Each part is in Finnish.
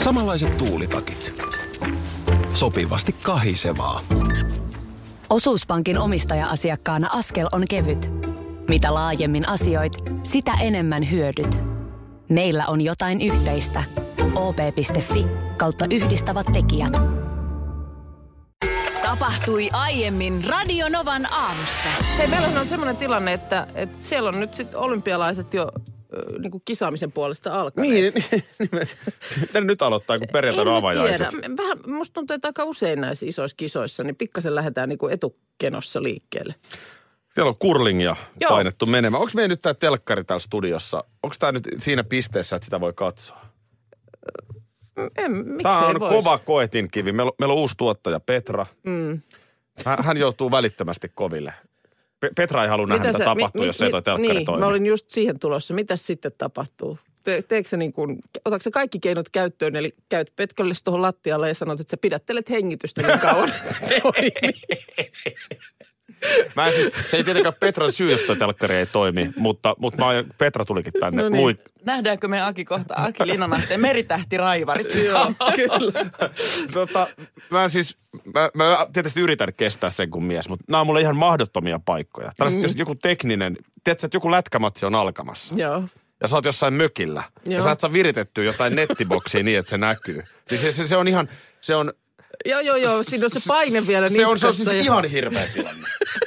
Samanlaiset tuulitakit. Sopivasti kahisevaa. Osuuspankin omistaja-asiakkaana askel on kevyt. Mitä laajemmin asioit, sitä enemmän hyödyt. Meillä on jotain yhteistä. op.fi/yhdistävät tekijät. Tapahtui aiemmin Radio Novan aamussa. Hei, meillä on semmoinen tilanne, että siellä on nyt sitten olympialaiset jo niin kuin kisaamisen puolesta alkaneet. Niin. Miten nyt aloittaa, kun perjantaina avajaisessa? Vähän, musta tuntuu, että aika usein näissä isoissa kisoissa, niin pikkasen lähdetään niin kuin etukenossa liikkeelle. Siellä on kurlingia painettu menemään. Onko meillä nyt tämä telkkari täällä studiossa? Onko tämä nyt siinä pisteessä, että sitä voi katsoa? Tämä on kova koetinkivi. Meillä on uusi tuottaja Petra. Hän joutuu välittömästi koville. Petra ei halua nähdä, mitä tapahtuu, jos ei toi telkkari toimi. Mä olin just siihen tulossa. Mitäs sitten tapahtuu? Teekö sä niin kuin, otatko sä kaikki keinot käyttöön, eli käyt pötkölle tuohon lattialle ja sanot, että sä pidättelet hengitystä niin kauan, että se toimii. Se ei tietenkään Petran syy, jos telkkari ei toimi, mutta Petra tulikin tänne. No niin. Nähdäänkö me Aki kohta? Aki Linnanahteen meritähtiraivarit. Joo, kyllä. Mä tietysti yritän kestää sen kuin mies, mutta nämä on mulle ihan mahdottomia paikkoja. Tällaiset, jos joku tekninen, tiedätkö, että joku lätkämatsi on alkamassa. Joo. Ja sä oot jossain mökillä. Joo. Ja sä oot viritettyä jotain nettiboksia niin, että se näkyy. Niin se on ihan, se on... Joo, siinä on se paine vielä niskassa. Se on siis ihan hirveä tilanne.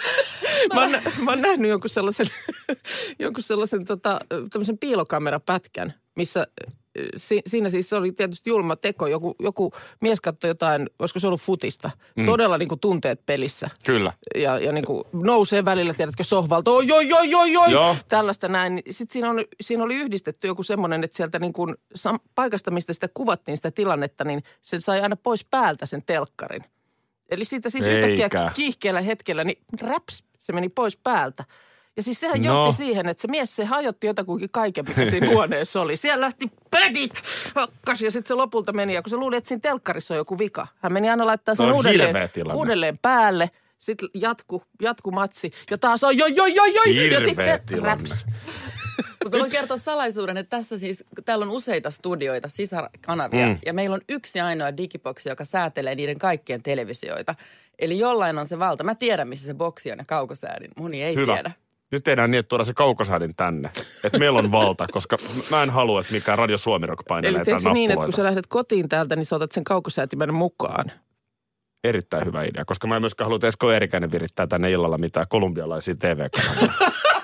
Mä oon nähnyt jonkun sellaisen tämmöisen piilokamerapätkän, missä siinä siis oli tietysti julma teko. Joku mies katsoi jotain, olisiko se ollut futista. Todella niin kuin tunteet pelissä. Kyllä. Ja niin kuin nousee välillä, tiedätkö, sohvalta. Oi. Tällaista näin. Sitten siinä oli yhdistetty joku semmoinen, että sieltä niin kuin paikasta, mistä sitä kuvattiin sitä tilannetta, niin se sai aina pois päältä sen telkkarin. Eli siitä siis yhtäkkiä kiihkeällä hetkellä, niin raps, se meni pois päältä. Ja siis sehän johti siihen, että se mies se hajotti jotakuinkin kaiken, mikä siinä huoneessa oli. Siellä lähti pädit, hakkas ja sitten se lopulta meni. Ja kun se luuli, että siinä telkkarissa on joku vika. Hän meni aina laittaa sen uudelleen päälle. Sitten jatku matsi. Ja taas on hirveä ja sitten tilanne. raps. Mutta voin kertoa salaisuuden, että täällä on useita studioita, sisarkanavia. Ja meillä on yksi ainoa digiboksi, joka säätelee niiden kaikkien televisioita. Eli jollain on se valta. Mä tiedän, missä se boksi on ja kaukosäädin. Moni ei tiedä. Nyt tehdään niin, että tuodaan se kaukosäädin tänne. Että meillä on valta, koska mä en halua, että mikään Radio Suomi Rock painelee tämän nappuloita. Niin, että kun sä lähdet kotiin täältä, niin sä otat sen kaukosäätimen mukaan. Erittäin hyvä idea, koska mä en myöskään halua, että Esko Eerikäinen virittää tänne illalla mitään kolumbialaisia TV-kanavia.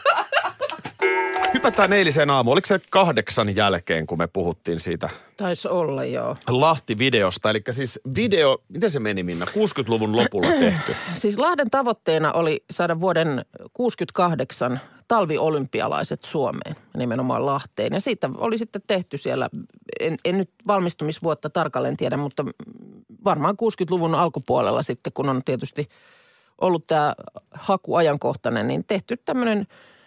Hypätään eiliseen aamuun. Oliko se 8 jälkeen, kun me puhuttiin siitä? Taisi olla, joo. Lahti-videosta. Eli siis video, miten se meni, Minna? 60-luvun lopulla tehty. Siis Lahden tavoitteena oli saada vuoden 1968 talviolympialaiset Suomeen, nimenomaan Lahteen. Ja siitä oli sitten tehty siellä, en nyt valmistumisvuotta tarkalleen tiedä, mutta varmaan 60-luvun alkupuolella sitten, kun on tietysti ollut tämä haku ajankohtainen, niin tehty tämmöinen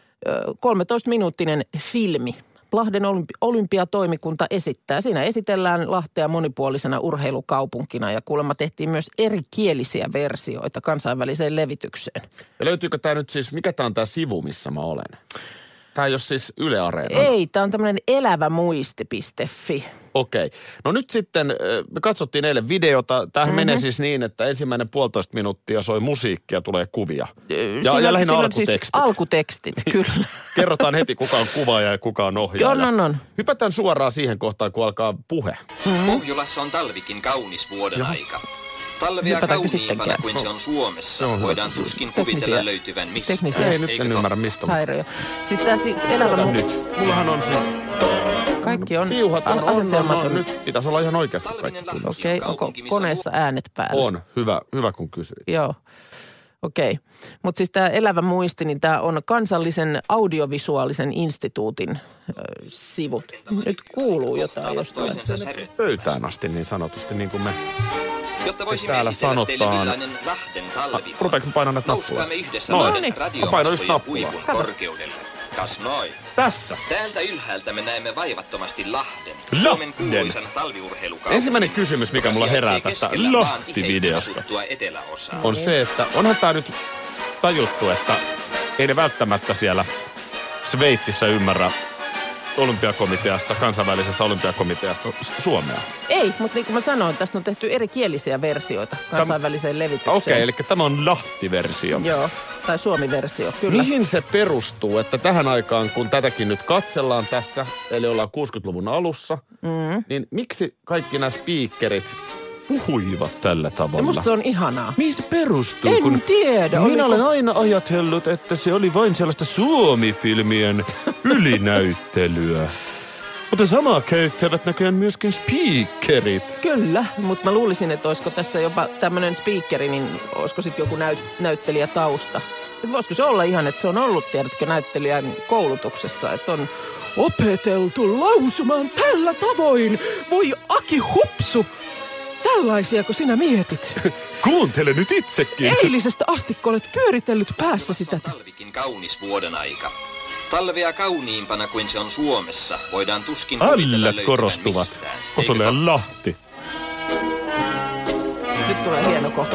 13-minuuttinen filmi. Lahden olympiatoimikunta esittää. Siinä esitellään Lahtea monipuolisena urheilukaupunkina ja kuulemma tehtiin myös erikielisiä versioita kansainväliseen levitykseen. Ja löytyykö tämä nyt siis, mikä tämä on tämä sivu, missä mä olen? Tämä ei ole siis Yle Areena. Ei, tämä on tämmöinen elävämuisti.fi. Okei. No nyt sitten, me katsottiin eilen videota. Tämähän menee siis niin, että ensimmäinen 1,5 minuuttia soi musiikkia, tulee kuvia. Ja lähinnä alkutekstit. Siis alkutekstit, kyllä. Kerrotaan heti, kuka on kuvaaja ja kuka on ohjaaja. On. Hypätään suoraan siihen kohtaan, kun alkaa puhe. Pohjolassa on talvikin kaunis vuoden aika. Talvea kauniimpana kuin se on Suomessa. Voidaan tuskin kuvitella löytyvän mistään. Ei, nyt en ymmärrä mistä. Häiriö. Siis tämä elävä... Nyt. Mullahan on siis... Kaikki on piuhat on. Nyt pitäisi olla ihan oikeasti kaikki. Okei, onko koneessa äänet päällä? On. Hyvä kun kysyit. Joo. Okei. Mutta siis tämä elävä muisti, niin tämä on kansallisen audiovisuaalisen instituutin sivut. Nyt kuuluu jotain jostain. Pöytään asti niin sanotusti, niin kuin me jotta voisimme esitellä teille millainen Lahden talvi on. Rupeeko painaa näitä nappuja? Nousukaamme yhdessä Lahden radiomastojen puikun korkeudelle. Kas noin. Tässä. Täältä ylhäältä me näemme vaivattomasti Lahden. Suomen kuuluisan talviurheilukaupungin. Ensimmäinen kysymys, mikä mulla herää tästä Lahti-videosta, on se, että onhan tää nyt tajuttu, että ei ne välttämättä siellä Sveitsissä ymmärrä olympiakomiteassa, kansainvälisessä olympiakomiteassa Suomea? Ei, mutta niin kuin mä sanoin, tästä on tehty erikielisiä versioita kansainväliseen levitykseen. Okei, eli tämä on Lahti-versio. Joo, tai Suomi-versio, kyllä. Mihin se perustuu, että tähän aikaan, kun tätäkin nyt katsellaan tässä, eli ollaan 60-luvun alussa, niin miksi kaikki nämä speakerit puhuivat tällä tavalla? Ja musta se on ihanaa. Mihin se perustuu? En tiedä. Minä olen aina ajatellut, että se oli vain sellaista Suomi-filmien ylinäyttelyä. Mutta samaa käyttävät näköjään myöskin speakerit. Kyllä, mutta mä luulisin, että olisiko tässä jopa tämmöinen speakeri, niin olisiko sitten joku näyttelijätausta. Et voisiko se olla ihan, että se on ollut, tiedätkö, näyttelijän koulutuksessa, että on opeteltu lausumaan tällä tavoin. Voi Aki Hupsu, tällaisiako sinä mietit? Kuuntele nyt itsekin. Eilisestä asti olet pyöritellyt päässäsi tätä. Talvikin kaunis vuoden aika. Talvea kauniimpana kuin se on Suomessa voidaan tuskin kuvitella löytyvän korostuvat. mistään. Kosoleen Lahti. Nyt tulee hieno kohta.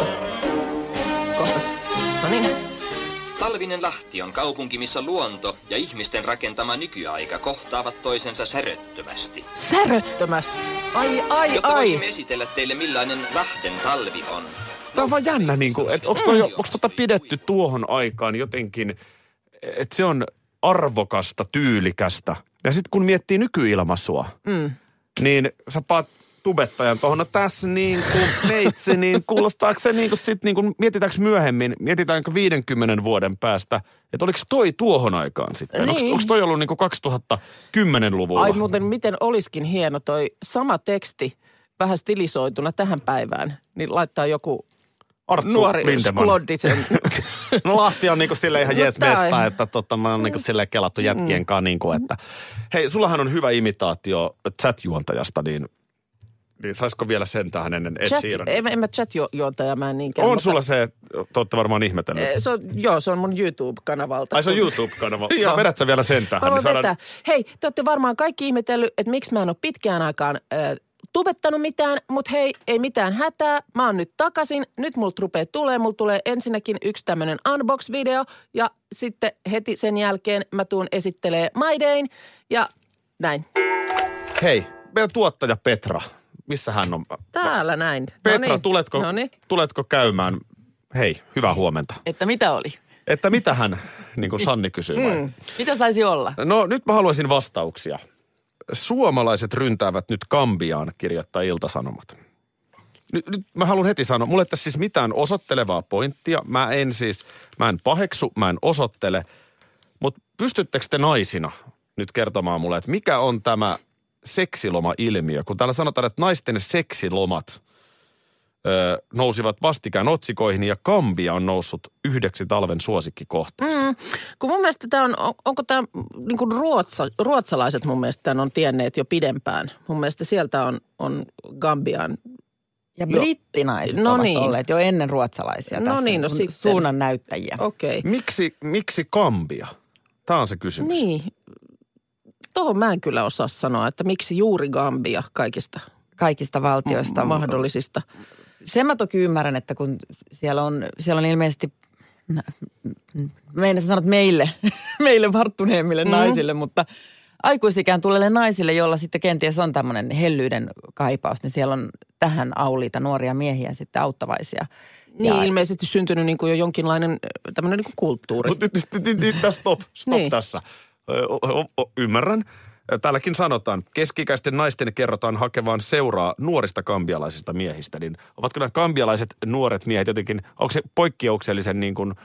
No niin. Talvinen Lahti on kaupunki, missä luonto ja ihmisten rakentama nykyaika kohtaavat toisensa säröttömästi. Säröttömästi? Jotta voisimme esitellä teille, millainen Lahden talvi on. Tämä on vaan jännä, niin kuin, että onko tota pidetty tuohon aikaan jotenkin, että se on arvokasta, tyylikästä. Ja sitten kun miettii nykyilmaisua, niin sä paat tubettajan tuohon, no tässä niin kuin meitsi, niin kuulostaako se niin kuin sit niin kuin, mietitäänkö myöhemmin, mietitäänkö 50 vuoden päästä, että oliko toi tuohon aikaan sitten? Niin. Onko toi ollut niin kuin 2010-luvulla? Ai muuten, miten olisikin hieno toi sama teksti vähän stilisoituna tähän päivään, niin laittaa joku Arttu nuori Lindeman. Sklodisen. No Lahti on niinku silleen ihan No jees tää mesta, että mä oon niinku silleen kelattu jätkien kanssa niinku, että hei, sullahan on hyvä imitaatio chat-juontajasta, niin saisiko vielä sen tähän ennen Ed Sheeran? En mä chat-juontaja, mä en niinkään. On sulla se, te ootte varmaan ihmetellyt. Se on mun YouTube-kanavalta. Ai se on YouTube-kanava. No vedät sä vielä sen tähän. Niin saadaan... Hei, te ootte varmaan kaikki ihmetellyt, että miksi mä en ole pitkään aikaan tubettanut mitään, mutta hei, ei mitään hätää. Mä oon nyt takaisin. Nyt multa rupeaa tulemaan. Mulla tulee ensinnäkin yksi tämmönen unbox-video ja sitten heti sen jälkeen mä tuun esittelee My Dayn ja näin. Hei, meidän tuottaja Petra. Missä hän on? Täällä näin. Petra, Noniin. tuletko käymään? Hei, hyvää huomenta. Että mitä oli? Että mitä hän, niin kuin Sanni kysyy vai? Mitä saisi olla? No nyt mä haluaisin vastauksia. Suomalaiset ryntäävät nyt Gambiaan, kirjoittaa Ilta-Sanomat. Nyt mä haluan heti sanoa, mulle ei tässä siis mitään osoittelevaa pointtia. Mä en paheksu, mä en osoittele. Mutta pystyttekö te naisina nyt kertomaan mulle, että mikä on tämä seksiloma-ilmiö? Kun täällä sanotaan, että naisten seksilomat nousivat vastikään otsikoihin ja Gambia on noussut yhdeksi talven suosikkikohteesta. Kun mun mielestä tämä onko tämä niin kuin ruotsalaiset mun mielestä tämän on tienneet jo pidempään. Mun mielestä sieltä on Gambiaan. Ja brittinaiset ovat olleet jo ennen ruotsalaisia tässä. No suunnan näyttäjiä. Okei. Miksi Gambia? Tämä on se kysymys. Niin. Tuohon mä en kyllä osaa sanoa, että miksi juuri Gambia kaikista valtioista. Mahdollisista. Sen mä toki ymmärrän, että kun siellä on ilmeisesti, meinasin sanoa, että meille varttuneemmille naisille, mutta aikuisikään tulleille naisille, joilla sitten kenties on tämmöinen hellyyden kaipaus, niin siellä on tähän auliita nuoria miehiä sitten auttavaisia. Niin, ilmeisesti syntynyt niin kuin jo jonkinlainen tämmöinen niin kuin kulttuuri. Nyt stop niin. Tässä. Ymmärrän. Täälläkin sanotaan, keski-ikäisten naisten kerrotaan hakevaan seuraa nuorista gambialaisista miehistä. Niin ovatko nämä gambialaiset nuoret miehet jotenkin, onko se poikkeuksellisen niin kuin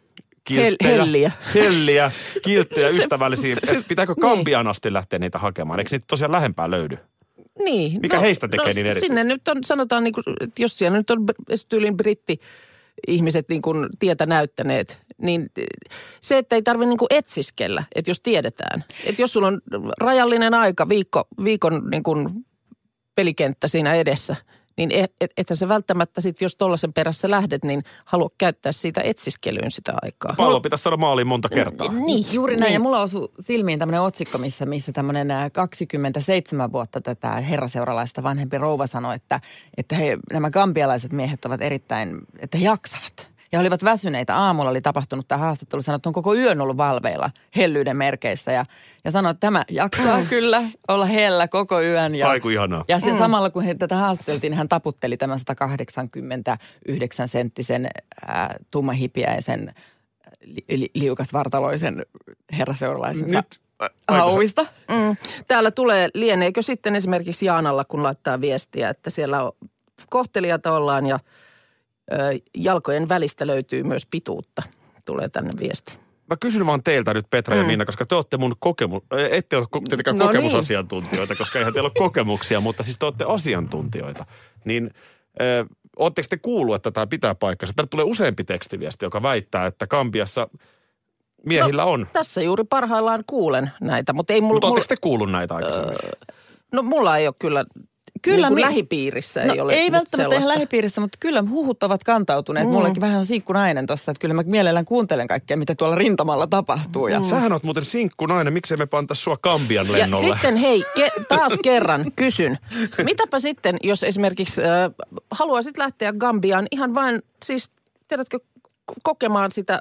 helliä, kilttejä, ystävällisiä? Pitääkö Gambiaan asti lähteä niitä hakemaan? Eikö niitä tosiaan lähempää löydy? Niin. Mikä heistä tekee niin eri? Sinne nyt on, sanotaan, niin kuin, että jos siellä nyt on tyylin britti-ihmiset niin kuin tietä näyttäneet, niin se, että ei tarvitse niin kuin etsiskellä, että jos tiedetään. Että jos sulla on rajallinen aika, viikon niin kuin pelikenttä siinä edessä, niin ethän se välttämättä sitten, jos tollaisen perässä lähdet, niin halua käyttää siitä etsiskelyyn sitä aikaa. Pallo pitäisi saada maaliin monta kertaa. Niin, juuri näin. Niin. Ja mulla osui silmiin tämmöinen otsikko, missä tämmöinen 27 vuotta tätä herraseuralaista vanhempi rouva sanoi, että nämä gambialaiset miehet ovat erittäin, että he jaksavat. Ja olivat väsyneitä. Aamulla oli tapahtunut tämä haastattelu. Sanoi, että on koko yön ollut valveilla hellyyden merkeissä. Ja sanoi, että tämä jaksaa kyllä olla hellä koko yön. Aiku ihanaa. Ja sen samalla kun tätä haastateltiin, hän taputteli tämän 189-senttisen tummahipiäisen liukasvartaloisen herraseuralaisen hauista. Täällä lieneekö sitten esimerkiksi Jaanalla, kun laittaa viestiä, että siellä kohteliaita ollaan ja jalkojen välistä löytyy myös pituutta. Tulee tänne viesti. Mä kysyn vaan teiltä nyt, Petra ja Minna, koska te olette mun ette ole tietenkään kokemusasiantuntijoita, koska eihän teillä ole kokemuksia, mutta siis te olette asiantuntijoita. Niin ootteko te kuullut, että tämä pitää paikkansa? Täällä tulee useampi tekstiviesti, joka väittää, että Gambiassa miehillä on. Tässä juuri parhaillaan kuulen näitä, mutta ei mulla... Mutta ootteko te kuullut näitä aikaisemmin? No mulla ei ole kyllä niin lähipiirissä ei ole ei välttämättä sellaista. ihan lähipiirissä, mutta kyllä huhut ovat kantautuneet. Mullakin vähän on sinkkunainen tossa, että kyllä mä mielellään kuuntelen kaikkea, mitä tuolla rintamalla tapahtuu. Ja... Sähän oot muuten sinkkunainen, miksei me pantaisi sua Gambian lennolle? Ja sitten hei, taas kerran kysyn. Mitäpä sitten, jos esimerkiksi haluaisit lähteä Gambiaan ihan vain, siis tiedätkö, kokemaan sitä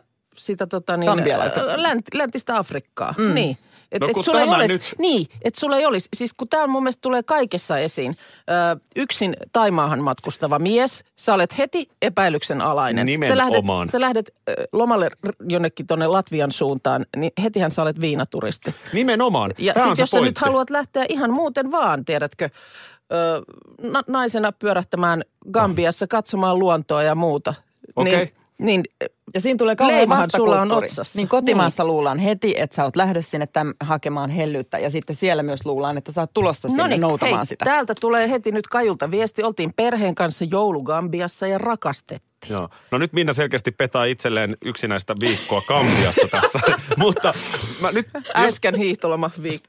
läntistä Afrikkaa. Niin. No kun tämä nyt... Niin, että sulla ei olisi. Siis kun täällä mun mielestä tulee kaikessa esiin. Yksin Taimaahan matkustava mies, sä olet heti epäilyksen alainen. Nimenomaan. Sä lähdet lomalle jonnekin tonne Latvian suuntaan, niin hetihän sä olet viinaturisti. Nimenomaan. Ja sitten jos sä nyt haluat lähteä ihan muuten vaan, tiedätkö, naisena pyörähtämään Gambiassa, katsomaan luontoa ja muuta. Okei. Niin, ja siinä tulee kauhean vastakulttuuri. Niin kotimaassa luullaan heti, että sä oot lähdössä sinne hakemaan hellyyttä. Ja sitten siellä myös luullaan, että sä oot tulossa sinne noutamaan sitä. Täältä tulee heti nyt Kajulta viesti. Oltiin perheen kanssa joulugambiassa ja rakastettiin. Joo. No nyt Minna selkeästi petaa itselleen yksinäistä viikkoa Gambiassa tässä. Mutta mä nyt... Äskän hiihtoloma viikko.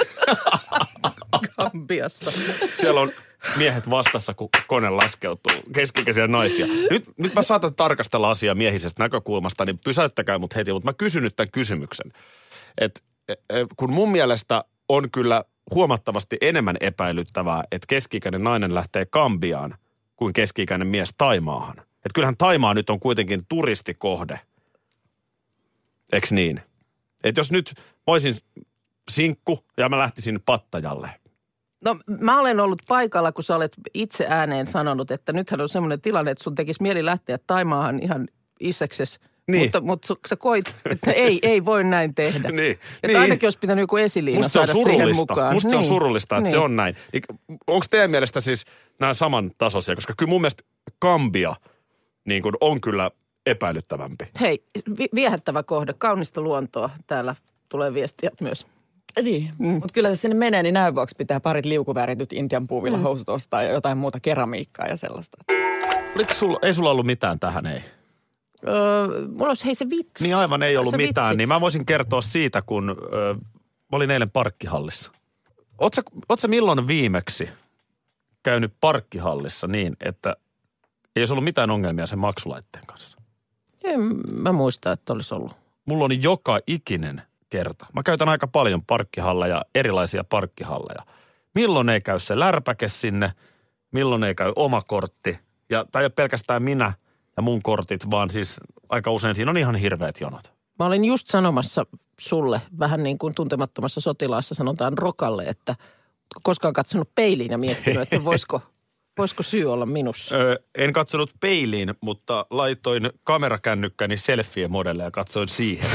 Gambiassa. Siellä on miehet vastassa, kun kone laskeutuu. Keskikäisiä naisia. Nyt mä saatan tarkastella asiaa miehisestä näkökulmasta, niin pysäyttäkää mut heti. Mutta mä kysyn nyt tämän kysymyksen. Että kun mun mielestä on kyllä huomattavasti enemmän epäilyttävää, että keski-ikäinen nainen lähtee Gambiaan kuin keski-ikäinen mies Taimaahan. Että kyllähän Taimaa nyt on kuitenkin turistikohde. Eks niin? Että jos nyt voisin sinkku ja mä lähtisin Pattajalle. No mä olen ollut paikalla, kun sä olet itse ääneen sanonut, että nythän on semmoinen tilanne, että sun tekisi mieli lähteä Taimaahan ihan isekses. Niin. Mutta sä koit, että ei voi näin tehdä. Niin. Että ainakin olisi pitänyt joku esiliina saada siihen mukaan. Musta se on surullista, että se on näin. Onko teidän mielestä siis nämä samantasoisia? Koska kyllä mun mielestä Gambia niin kuin on kyllä epäilyttävämpi. Hei, viehättävä kohde, kaunista luontoa. Täällä tulee viestiä myös. Niin, mutta kyllä jos sinne menee, niin näin vuoksi pitää parit liukuvärityt Intian puuvilla housut ostaa ja jotain muuta keramiikkaa ja sellaista. Ei sulla ollut mitään tähän, ei? Mulla olisi, hei se vitsi. Niin aivan ei ollut mitään, vitsi. Niin mä voisin kertoa siitä, kun mä olin eilen parkkihallissa. Ootko milloin viimeksi käynyt parkkihallissa niin, että ei olisi ollut mitään ongelmia sen maksulaitteen kanssa? En mä muista, että olisi ollut. Mulla on joka ikinen kerta. Mä käytän aika paljon parkkihalleja, erilaisia parkkihalleja. Milloin ei käy se lärpäke sinne, milloin ei käy oma kortti. Ja tämä ei ole pelkästään minä ja mun kortit, vaan siis aika usein siinä on ihan hirveät jonot. Mä olin just sanomassa sulle, vähän niin kuin tuntemattomassa sotilaassa sanotaan Rokalle, että koskaan katsonut peiliin ja miettinyt, että voisiko syy olla minussa? En katsonut peiliin, mutta laitoin kamerakännykkääni selfie-modelle ja katsoin siihen.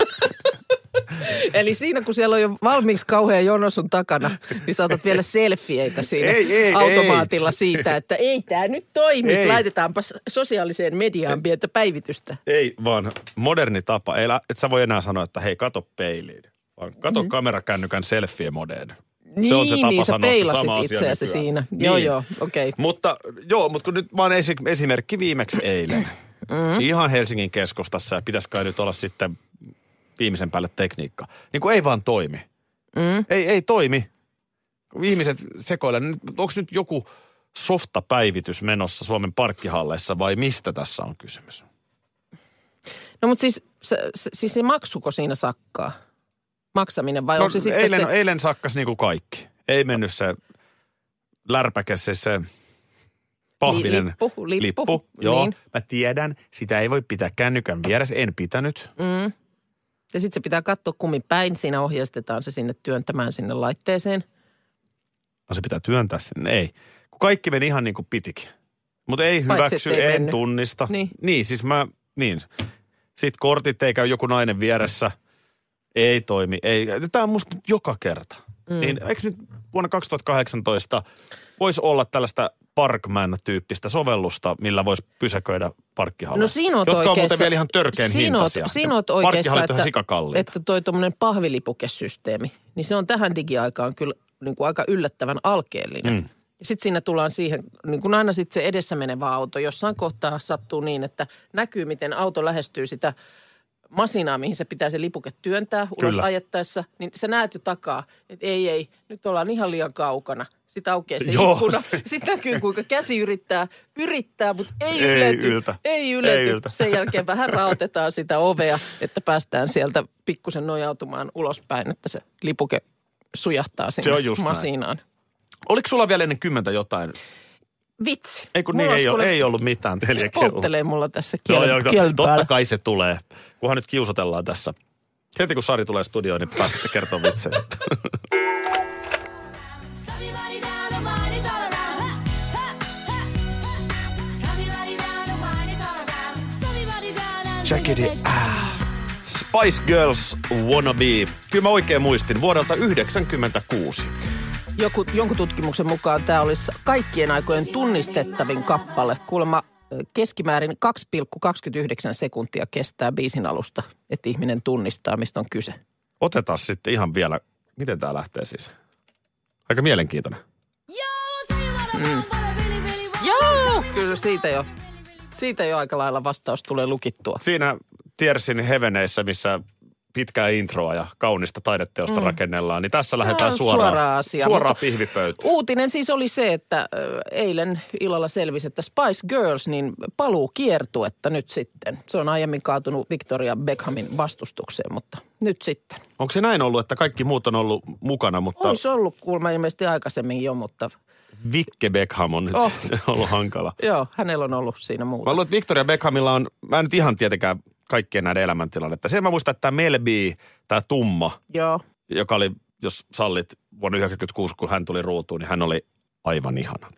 Eli siinä, kun siellä on jo valmiiksi kauhea jono sun takana, niin sä otat vielä selfieitä siinä automaatilla siitä, että ei tää nyt toimi. Ei. Laitetaanpa sosiaaliseen mediaan pientä päivitystä. Ei, vaan moderni tapa. Et sä voi enää sanoa, että hei, kato peiliin. Vaan kato kamerakännykän selfie-modeen. Niin, se on se tapa niin sanoa sä se sama peilasit asia itseäsi nykyään. siinä. Niin. Joo, okei. Mutta kun nyt vaan esimerkki viimeksi eilen. Ihan Helsingin keskustassa ja pitäisi kai nyt olla sitten viimeisen päälle tekniikka. Niin kuin ei vaan toimi. Ei toimi. Ihmiset sekoilee. Onko nyt joku softapäivitys menossa Suomen parkkihalleissa vai mistä tässä on kysymys? No mutta siis se maksuko siinä sakkaa? Maksaminen vai onko se sitten eilen sakkas niin kuin kaikki. Ei mennyt se lärpäke, se Pahvinen lippu. Joo, niin. Mä tiedän, sitä ei voi pitää kännykän vieressä, en pitänyt. Ja sitten se pitää katsoa kummin päin, siinä ohjeistetaan se sinne työntämään sinne laitteeseen. No se pitää työntää sinne, ei. Kun kaikki meni ihan niin kuin pitikin. Mutta ei hyväksy, en tunnista. Niin, siis Sitten kortit ei käy joku nainen vieressä, ei toimi, ei. Tämä on musta nyt joka kerta. Niin eikö nyt vuonna 2018 voisi olla tällaista Parkman-tyyppistä sovellusta, millä voisi pysäköidä parkkihalleissa? No jotka on muuten vielä ihan törkeän hintaisia. Siinä oot oikeassa, että toi tommoinen pahvilipukesysteemi, niin se on tähän digiaikaan kyllä niin kuin aika yllättävän alkeellinen. Sitten siinä tullaan siihen, niin kuin aina sitten se edessä menevä auto, jossain kohtaa sattuu niin, että näkyy, miten auto lähestyy sitä masinaa, mihin se pitää se lipuke työntää ulos ajettaessa, niin sä näet jo takaa, että ei, nyt ollaan ihan liian kaukana. Sitten aukeaa se ikkuna. Sitten näkyy, kuinka käsi yrittää, mutta ei ylety. Sen jälkeen vähän raotetaan sitä ovea, että päästään sieltä pikkusen nojautumaan ulospäin, että se lipuke sujahtaa sinne masinaan. Näin. Oliko sulla vielä ennen 10 jotain? Vitsi. Ei kun niin, ei ollut mitään se polttelee mulla tässä kielen päällä. Totta kai se tulee, kunhan nyt kiusotellaan tässä. Heti kun Sari tulee studioon, niin pääsette kertoa vitsejä. Check it out. Spice Girls Wannabe. Kyllä mä oikein muistin, vuodelta 1996. Jonkun tutkimuksen mukaan tämä olisi kaikkien aikojen tunnistettavin kappale. Kuulemma keskimäärin 2,29 sekuntia kestää biisin alusta, että ihminen tunnistaa, mistä on kyse. Otetaan sitten ihan vielä, miten tämä lähtee siis? Aika mielenkiintoinen. Joo, kyllä siitä jo aika lailla vastaus tulee lukittua. Siinä Tiersin Heaveneissä, missä pitkää introa ja kaunista taideteosta rakennellaan, niin tässä lähdetään suoraan pihvipöytään. Uutinen siis oli se, että eilen illalla selvisi, että Spice Girls niin paluu kiertuetta nyt sitten. Se on aiemmin kaatunut Victoria Beckhamin vastustukseen, mutta nyt sitten. Onko se näin ollut, että kaikki muut on ollut mukana, mutta... Olisi ollut kuulemma ilmeisesti aikaisemmin jo, mutta... Vicke Beckham on nyt ollut hankala. Joo, hänellä on ollut siinä muuta. Mä luulen, että Victoria Beckhamilla on, mä en nyt ihan tietenkään kaikkien näiden elämäntilannetta. Sen mä muistan, että tämä Melby, tämä tumma, joka oli, jos sallit, vuonna 1996, kun hän tuli ruutuun, niin hän oli aivan ihana.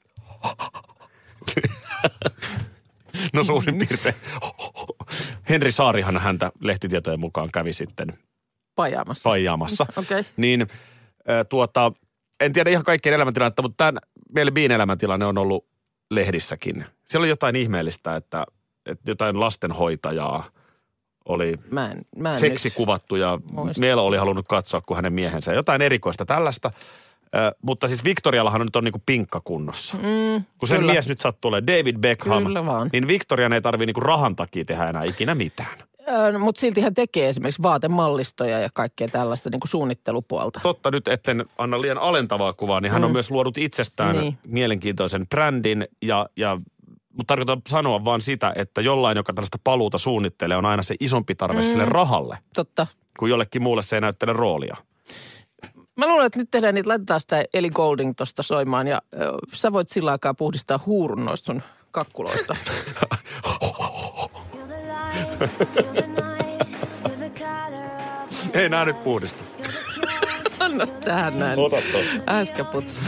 No suurin piirtein. Henri Saarihan häntä lehtitietojen mukaan kävi sitten pajaamassa. Okay. Niin en tiedä ihan kaikkien elämäntilannetta, mutta tämän Melbyn elämäntilanne on ollut lehdissäkin. Siellä oli jotain ihmeellistä, että jotain lastenhoitajaa oli seksikuvattu ja Meelo oli halunnut katsoa, kun hänen miehensä. Jotain erikoista tällaista. Mutta siis Victoriallahan on nyt niinku pinkka kunnossa. Kun sen mies nyt sattuu olemaan David Beckham, niin Victorian ei tarvitse niinku rahan takia tehdä enää ikinä mitään. Mutta silti hän tekee esimerkiksi vaatemallistoja ja kaikkea tällaista niinku suunnittelupuolta. Totta, nyt etten anna liian alentavaa kuvaa, niin hän on myös luodut itsestään mielenkiintoisen brändin mutta tarkoitan sanoa vaan sitä, että jollain, joka tällaista paluuta suunnittelee, on aina se isompi tarve sille rahalle. Totta. Kun jollekin muulle se ei näyttele roolia. Mä luulen, että nyt tehdään niitä, laitetaan sitä Ellie Goulding tosta soimaan ja sä voit sillä aikaa puhdistaa huurun noista sun kakkuloista. Ei nää nyt puhdista. Anna tähän näin. Ota tossa. Äskäputsa.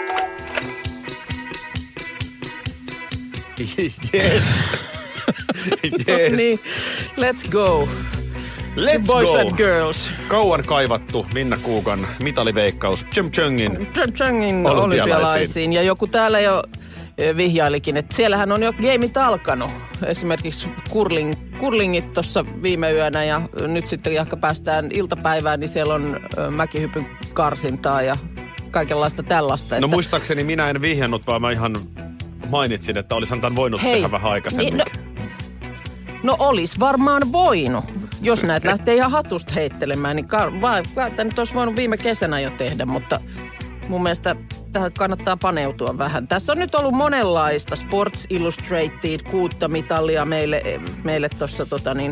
Yes. No niin, let's go. Let's Boys go. And girls. Kauan kaivattu Minna Kuukan mitaliveikkaus Pyeongchangin olympialaisiin. Ja joku täällä jo vihjailikin, että siellähän on jo geimit alkanut. Esimerkiksi curlingit tuossa viime yönä ja nyt sitten jahka päästään iltapäivään, niin siellä on mäkihypyn karsintaa ja kaikenlaista tällaista. No muistaakseni minä en vihjannut, vaan mä ihan mainitsin, että olisin tämän voinut tehdä vähän aikaisemmin. No olis varmaan voinut. Jos näet lähtee ihan hatusta heittelemään, niin tämä nyt olisi voinut viime kesänä jo tehdä, mutta mun mielestä tähän kannattaa paneutua vähän. Tässä on nyt ollut monenlaista. Sports Illustrated 6 mitalia meille tuossa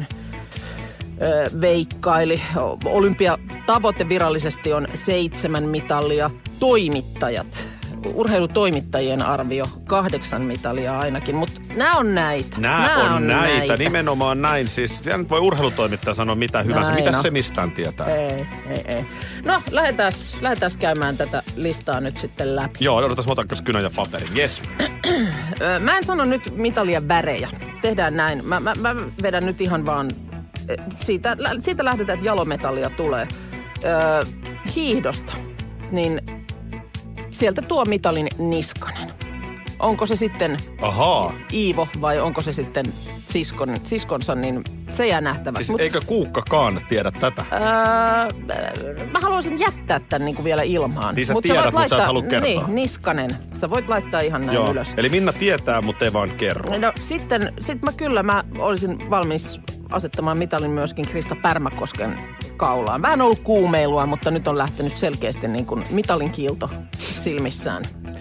veikkaili. Olympiatavoite virallisesti on 7 mitalia. Toimittajat urheilutoimittajien arvio 8 mitalia ainakin, mutta nämä on näitä. Nämä on näitä, nimenomaan näin. Siis siellä nyt voi urheilutoimittaja sanoa mitä hyvänsä. Mitä se mistään tietää? Ei. No, lähdetään käymään tätä listaa nyt sitten läpi. Joo, odotas, mä otan kynän ja paperin. Yes. Mä en sano nyt mitalien värejä. Tehdään näin. Mä vedän nyt ihan vaan, siitä lähdetään, että jalometallia tulee. Hiihdosta, niin sieltä tuo mitalin Niskanen. Onko se sitten Iivo vai onko se sitten siskonsa, niin se jää nähtäväksi. Siis eikö Kuukkakaan tiedä tätä? Mä haluaisin jättää tämän niin kuin vielä ilmaan. Niin sä tiedät, mutta sä et halua kertoa. Niin, Niskanen. Sä voit laittaa ihan näin ylös. Eli Minna tietää, mutta ei vaan kerro. No sitten mä olisin valmis asettamaan mitalin myöskin Krista Pärmäkosken kaulaan. Vähän ollut kuumeilua, mutta nyt on lähtenyt selkeästi niin kuin mitalin kiilto silmissään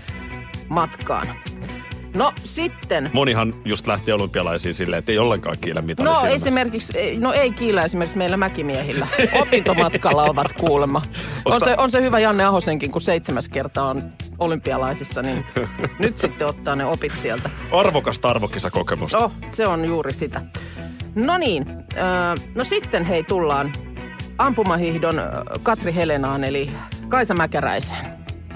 matkaan. No sitten. Monihan just lähti olympialaisiin silleen, että ei ollenkaan kiillä mitali silmässä. Esimerkiksi, ei kiillä esimerkiksi meillä mäkimiehillä. Opintomatkalla ovat kuulemma. On se hyvä Janne Ahosenkin, kun 7. kertaa on olympialaisissa, niin nyt sitten ottaa ne opit sieltä. Arvokasta arvokisakokemusta. Se on juuri sitä. No niin, no sitten hei tullaan ampumahiihdon Katri Helenaan eli Kaisa Mäkäräiseen.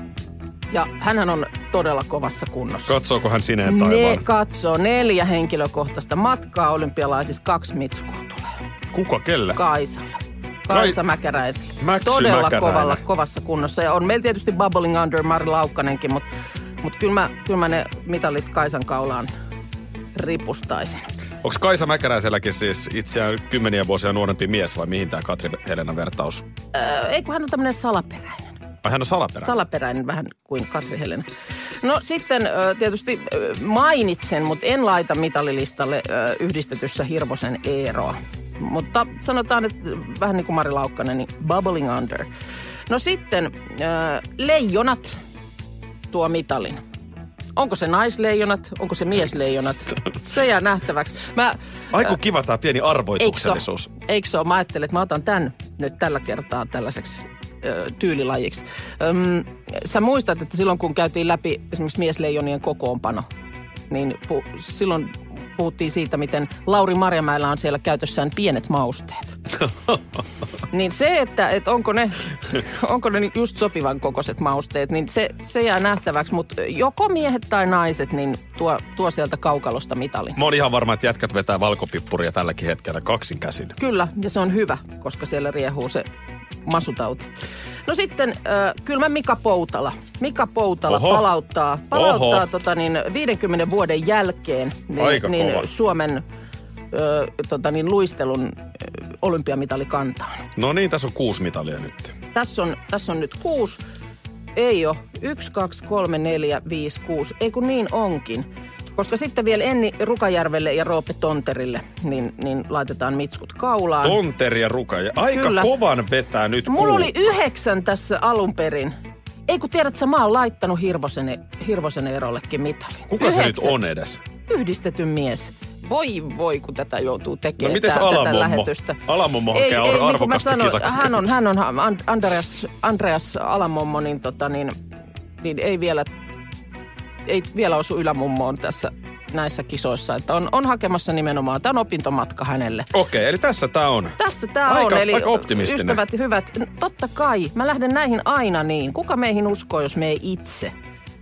Ja hänhän on todella kovassa kunnossa. Katsooko hän sineen taivaan? Katsoo 4 henkilökohtaista matkaa olympialaisissa, 2 mitskua tulee. Kuka kelle? Kaisalla. Kaisa Mäkäräiselle. Todella kovassa kunnossa. Ja on meillä tietysti Bubbling Under Mari Laukkanenkin, mutta kyllä mä ne mitalit Kaisan kaulaan ripustaisin. Onko Kaisa Mäkäräiselläkin siis itseään 10 vuosia nuorempi mies vai mihin tämä Katri Helenan vertaus? Ei kun hän on tämmöinen salaperäinen. Hän on salaperäinen? Salaperäinen vähän kuin Katri Helena. No sitten tietysti mainitsen, mutta en laita mitalilistalle yhdistetyssä Hirvosen Eeroa. Mutta sanotaan, että vähän niin kuin Mari Laukkanen, niin Bubbling Under. No sitten leijonat tuo mitalin. Onko se naisleijonat, onko se miesleijonat? Se jää nähtäväksi. Aiku kiva tämä pieni arvoituksellisuus. Eikö se ole? Mä ajattelin, että mä otan tämän nyt tällä kertaa tällaiseksi tyylilajiksi. Sä muistat, että silloin kun käytiin läpi esimerkiksi miesleijonien kokoonpano, niin silloin puhuttiin siitä, miten Lauri Marjamäellä on siellä käytössään pienet mausteet. Niin se, että onko ne just sopivan kokoiset mausteet, niin se jää nähtäväksi. Mutta joko miehet tai naiset, niin tuo sieltä kaukalosta mitalin. Mä oon ihan varma, että jätkät vetää valkopippuria tälläkin hetkellä 2 käsin. Kyllä, ja se on hyvä, koska siellä riehuu se masutauti. No sitten kylmä Mika Poutala. Mika Poutala palauttaa 50 vuoden jälkeen niin Suomen luistelun olympiamitalikantaan. No niin, tässä on 6 mitalia nyt. Tässä on nyt 6. Ei ole. 1, 2, 3, 4, 5, 6. Ei kun niin onkin. Koska sitten vielä Enni Rukajärvelle ja Roope Tonterille, niin laitetaan mitskut kaulaan. Tonteri ja Rukajärvi. Aika kyllä. Kovan vetää nyt. Mulla oli 9 tässä alun perin. Ei kun tiedät, sä mä oon laittanut Hirvosen Eerollekin mitalin. Kuka 9. se nyt on edes? Yhdistetyn mies. Voi, kun tätä joutuu tekemään. No mites tätä lähetystä. Alamommo hakee arvokasta kisakokemusta. Hän on Andreas Alamommo, niin ei vielä osu ylämummoon tässä näissä kisoissa. Että on hakemassa nimenomaan, tämä on opintomatka hänelle. Okei, eli tässä tämä on. Tässä tämä on, eli aika optimistinen. Ystävät hyvät, totta kai, mä lähden näihin aina niin. Kuka meihin uskoo, jos me ei itse?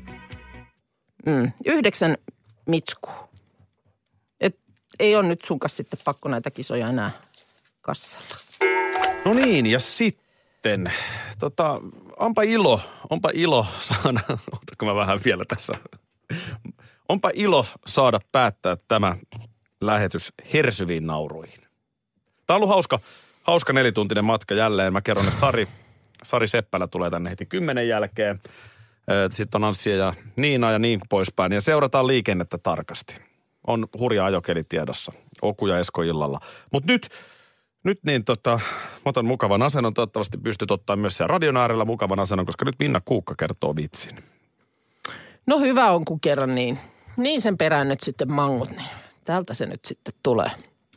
9 mitskua. Ei ole nyt sunkas sitten pakko näitä kisoja enää kassalla. No niin, ja sitten, onpa ilo saada, otatko mä vähän vielä tässä, onpa ilo saada päättää tämä lähetys hersyviin nauruihin. Tämä on ollut hauska 4-tuntinen matka jälleen. Mä kerron, että Sari Seppälä tulee tänne heti 10 jälkeen. Sitten on Anssi ja Niina ja niin poispäin. Ja seurataan liikennettä tarkasti. On hurja ajokeli tiedossa. Oku ja Esko illalla. Mutta nyt niin mä otan mukavan asennon. Toivottavasti pystyt ottaa myös siellä radion äärellä mukavan asennon, koska nyt Minna Kuukka kertoo vitsin. No hyvä on, kun kerran niin sen perään nyt sitten mangut, niin täältä se nyt sitten tulee.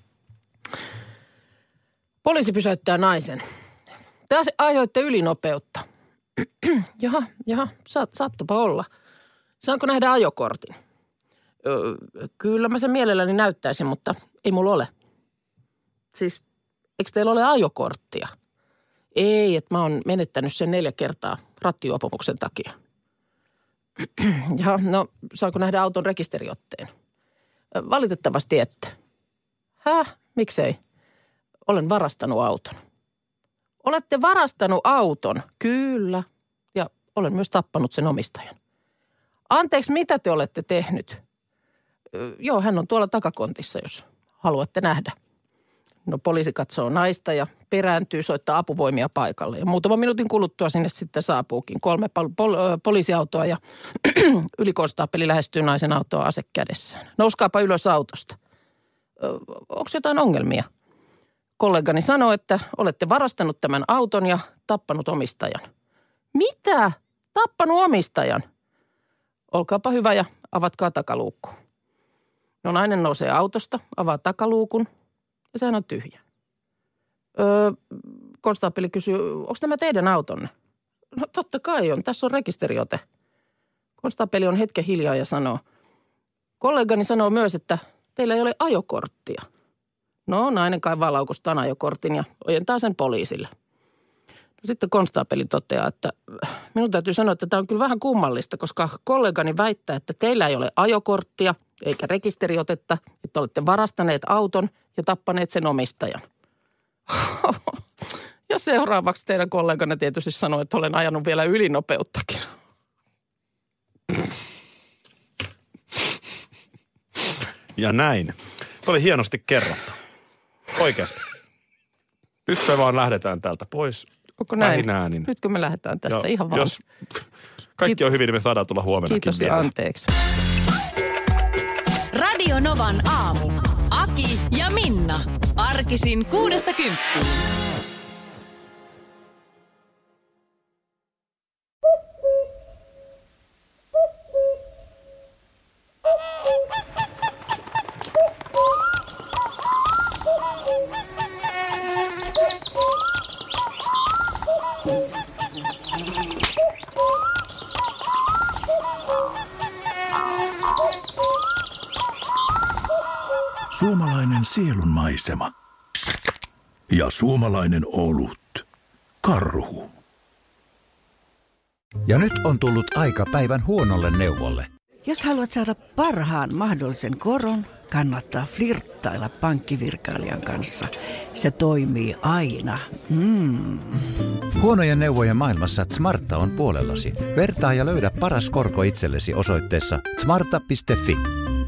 Poliisi pysäyttää naisen. Te ajoitte ylinopeutta. Jaha, saattopa olla. Saanko nähdä ajokortin? Kyllä mä sen mielelläni näyttäisin, mutta ei mulla ole. Siis, eikö teillä ole ajokorttia? Ei, että mä oon menettänyt sen 4 kertaa rattijuopumuksen takia. Ja no, saanko nähdä auton rekisteriotteen? Valitettavasti ette. Miksei? Olen varastanut auton. Olette varastanut auton? Kyllä. Ja olen myös tappanut sen omistajan. Anteeksi, mitä te olette tehnyt? Joo, hän on tuolla takakontissa, jos haluatte nähdä. No poliisi katsoo naista ja perääntyy, soittaa apuvoimia paikalle. Ja muutaman minuutin kuluttua sinne sitten saapuukin 3 poliisiautoa ja ylikonstaapeli lähestyy naisen autoa ase kädessään. Nouskaapa ylös autosta. Onko jotain ongelmia? Kollegani sanoo, että olette varastanut tämän auton ja tappanut omistajan. Mitä? Tappanut omistajan? Olkaapa hyvä ja avatkaa takaluukku. No nainen nousee autosta, avaa takaluukun ja sehän on tyhjä. Konstaapeli kysyy, onko tämä teidän autonne? No totta kai on, tässä on rekisteriote. Konstaapeli on hetken hiljaa ja sanoo, kollegani sanoo myös, että teillä ei ole ajokorttia. No nainen kaivaa laukustaan ajokortin ja ojentaa sen poliisille. No, sitten konstaapeli toteaa, että minun täytyy sanoa, että tämä on kyllä vähän kummallista, koska kollegani väittää, että teillä ei ole ajokorttia eikä rekisteriotetta, että olette varastaneet auton ja tappaneet sen omistajan. Ja seuraavaksi teidän kolleganne tietysti sanoi, että olen ajanut vielä ylinopeuttakin. Ja näin. Tuo oli hienosti kerrottu. Oikeasti. Nyt me vaan lähdetään täältä pois. Onko näin? Äänin. Nytkö me lähdetään tästä ihan vaan? Jos kaikki on hyvin, niin me saadaan tulla huomennakin. Kiitos vielä. Ja anteeksi. Radio Novan aamu. Aki ja Minna. Arkisin 6–10. Suomalainen sielunmaisema ja suomalainen olut. Karhu. Ja nyt on tullut aika päivän huonolle neuvolle. Jos haluat saada parhaan mahdollisen koron, kannattaa flirttailla pankkivirkailijan kanssa. Se toimii aina. Huonojen neuvojen maailmassa Smarta on puolellasi. Vertaa ja löydä paras korko itsellesi osoitteessa smarta.fi.